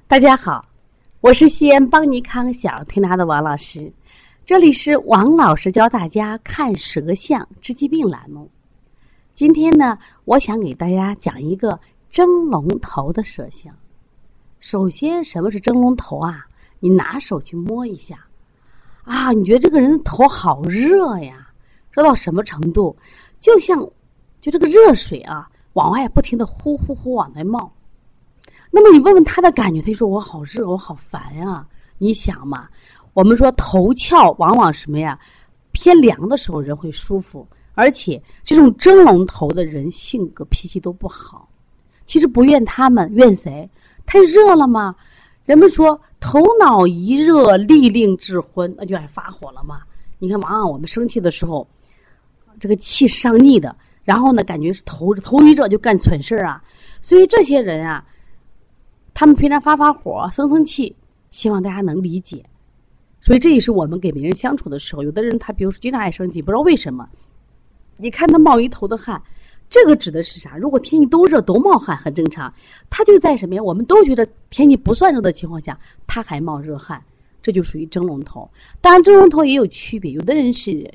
大家好，我是西安邦尼康小儿推拿的王老师，这里是王老师教大家看舌象治疾病栏目。今天呢，我想给大家讲一个蒸笼头的舌象。首先，什么是蒸笼头啊？你拿手去摸一下啊，你觉得这个人的头好热呀，热到什么程度？就这个热水啊，往外不停的呼呼呼往外冒。那么你问问他的感觉，他就说我好热，我好烦啊。你想嘛，我们说头窍往往什么呀？偏凉的时候人会舒服，而且这种蒸笼头的人性格脾气都不好。其实不怨他们，怨谁？太热了吗？人们说头脑一热，力令智昏，那就爱发火了嘛。你看，往往我们生气的时候，这个气上逆的，然后呢，感觉是头一热就干蠢事啊。所以这些人啊，他们平常发火生气，希望大家能理解。所以这也是我们给别人相处的时候，有的人他比如说经常爱生气，不知道为什么，你看他冒一头的汗，这个指的是啥？如果天气都热都冒汗很正常，他就在什么呀？我们都觉得天气不算热的情况下，他还冒热汗，这就属于蒸笼头。当然蒸笼头也有区别，有的人是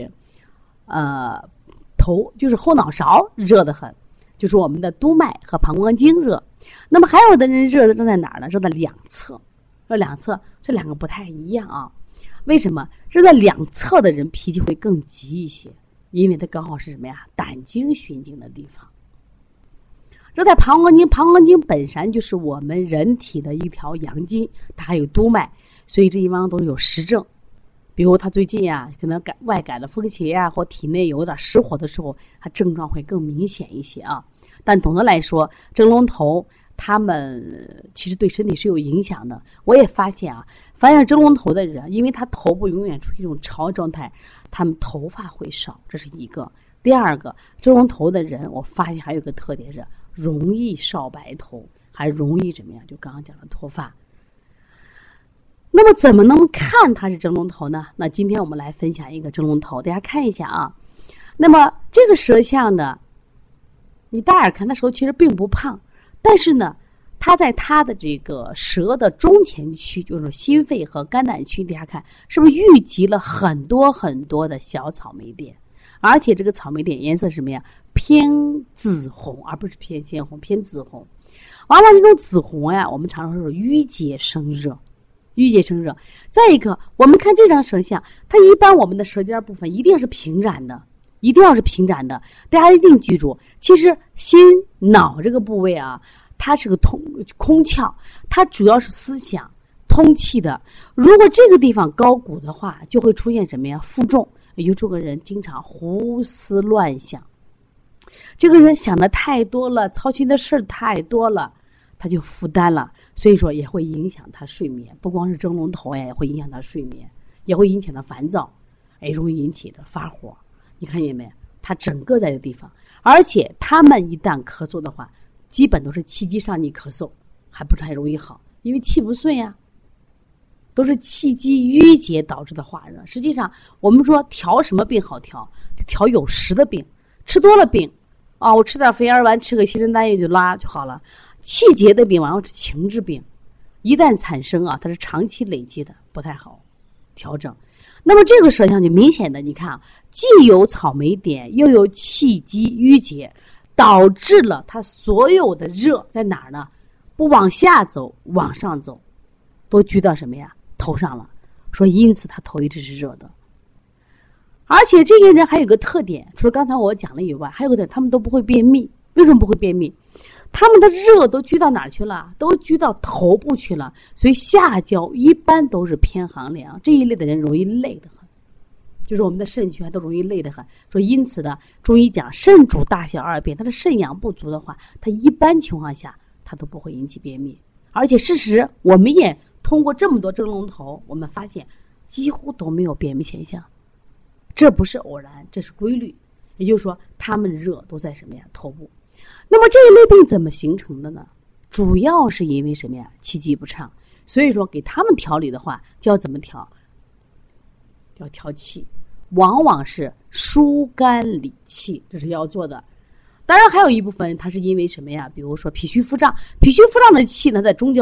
头就是后脑勺热得很，就是我们的督脉和膀胱经热。那么还有的人热在哪儿呢？热在两侧，这两个不太一样啊。为什么？热在两侧的人脾气会更急一些，因为它刚好是什么呀？胆经循经的地方。热在膀胱经，膀胱经本身就是我们人体的一条阳经，它还有督脉，所以这一方都是有实症。比如他最近呀，可能外感的风邪呀，或体内有点失火的时候，他症状会更明显一些啊。但总的来说，蒸笼头他们其实对身体是有影响的。我也发现蒸笼头的人，因为他头部永远处于一种潮状态，他们头发会少，这是一个。第二个，蒸笼头的人，我发现还有一个特点是容易少白头，还容易怎么样？就刚刚讲的脱发。那么怎么能看它是蒸笼头呢？那今天我们来分享一个蒸笼头，大家看一下啊。那么这个舌象呢，你大眼看它舌其实并不胖，但是呢，它在它的这个舌的中前区，就是心肺和肝胆区，大家看是不是郁积了很多很多的小草莓点？而且这个草莓点颜色是什么呀？偏紫红，而不是偏鲜红，偏紫红。完了，这种紫红呀，我们常说是郁结生热。郁结生热。再一个，我们看这张舌象，它一般我们的舌尖部分一定是平展的，一定要是平展的。大家一定记住，其实心脑这个部位啊，它是个空窍，它主要是思想通气的。如果这个地方高鼓的话，就会出现什么呀？负重，也就这个人经常胡思乱想。这个人想的太多了，操心的事太多了，他就负担了。所以说也会影响他睡眠，不光是蒸笼头也会影响他睡眠，也会影响他烦躁，容易引起的发火。你看见没？他整个在这个地方，而且他们一旦咳嗽的话，基本都是气机上逆咳嗽，还不太容易好，因为气不顺呀，都是气机郁结导致的化热。实际上，我们说调什么病好调，就调有实的病，吃多了病啊，我吃点肥儿丸，吃个西珍丹叶就拉就好了。气结的病往往是情志病，一旦产生啊，它是长期累积的，不太好调整。那么这个舌象就明显的，你看啊，既有草莓点，又有气机郁结，导致了它所有的热在哪儿呢？不往下走，往上走，都聚到什么呀？头上了。说因此他头一直是热的。而且这些人还有个特点，除了刚才我讲了以外，还有个特点，他们都不会便秘。为什么不会便秘？他们的热都聚到哪儿去了？都聚到头部去了，所以下焦一般都是偏寒凉。这一类的人容易累得很，就是我们的肾虚都容易累得很。说因此呢，中医讲肾主大小二便，他的肾阳不足的话，他一般情况下他都不会引起便秘。而且事实我们也通过这么多蒸笼头，我们发现几乎都没有便秘现象，这不是偶然，这是规律。也就是说，他们的热都在什么呀？头部。那么这一类病怎么形成的呢？主要是因为什么呀？气机不畅。所以说给他们调理的话，就要怎么调？要调气，往往是疏肝理气，这是要做的。当然还有一部分人他是因为什么呀？比如说脾虚腹胀，脾虚腹胀的气呢在中焦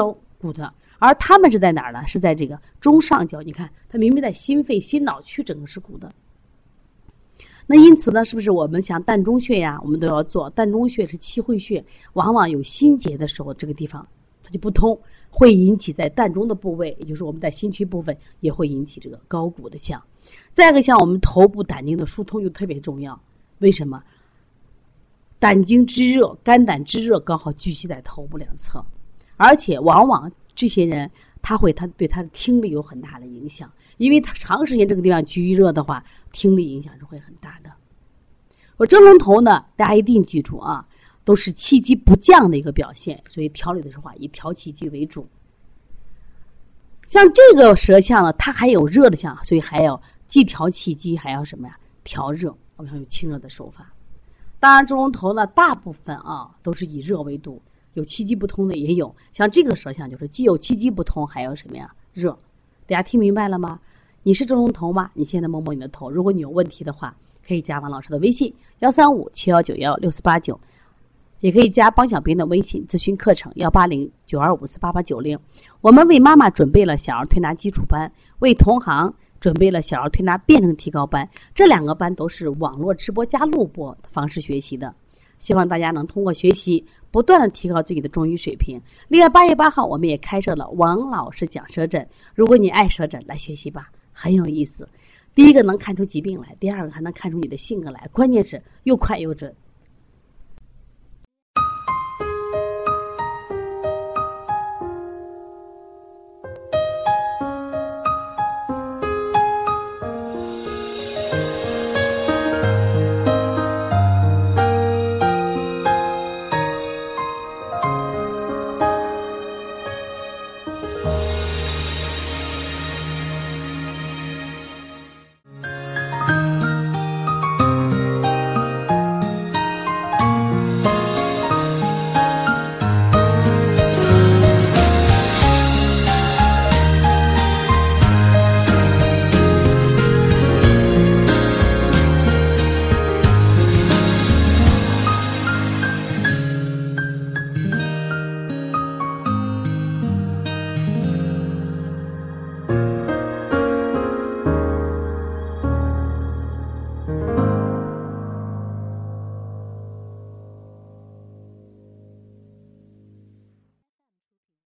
骨的，而他们是在哪儿呢？是在这个中上角。你看，它明明在心肺、心脑区，整个是鼓的。那因此呢，是不是我们像膻中穴呀，我们都要做？膻中穴是气会穴，往往有心结的时候，这个地方它就不通，会引起在膻中的部位，也就是我们在心区部分也会引起这个高骨的象。再一个，像我们头部胆经的疏通就特别重要。为什么？胆经之热、肝胆之热刚好聚集在头部两侧，而且往往这些人他对他的听力有很大的影响，因为他长时间这个地方聚热的话，听力影响是会很大的。我蒸笼头呢，大家一定记住啊，都是气机不降的一个表现，所以调理的时候以调气机为主。像这个舌象呢，它还有热的象，所以还要既调气机，还要什么呀？调热，我们要用清热的手法。当然，蒸笼头呢，大部分都是以热为主，有气机不通的也有。像这个舌象就是既有气机不通，还有什么呀？热。大家听明白了吗？你是蒸笼头吗？你现在摸摸你的头，如果你有问题的话，可以加王老师的微信13571916489，也可以加帮小兵的微信咨询课程18092548890。我们为妈妈准备了小儿推拿基础班，为同行准备了小儿推拿辩证提高班，这2个班都是网络直播加录播的方式学习的，希望大家能通过学习不断的提高自己的中医水平。另外8月8号我们也开设了王老师讲舌诊，如果你爱舌诊来学习吧，很有意思。第一个能看出疾病来，第二个还能看出你的性格来，关键是又快又准。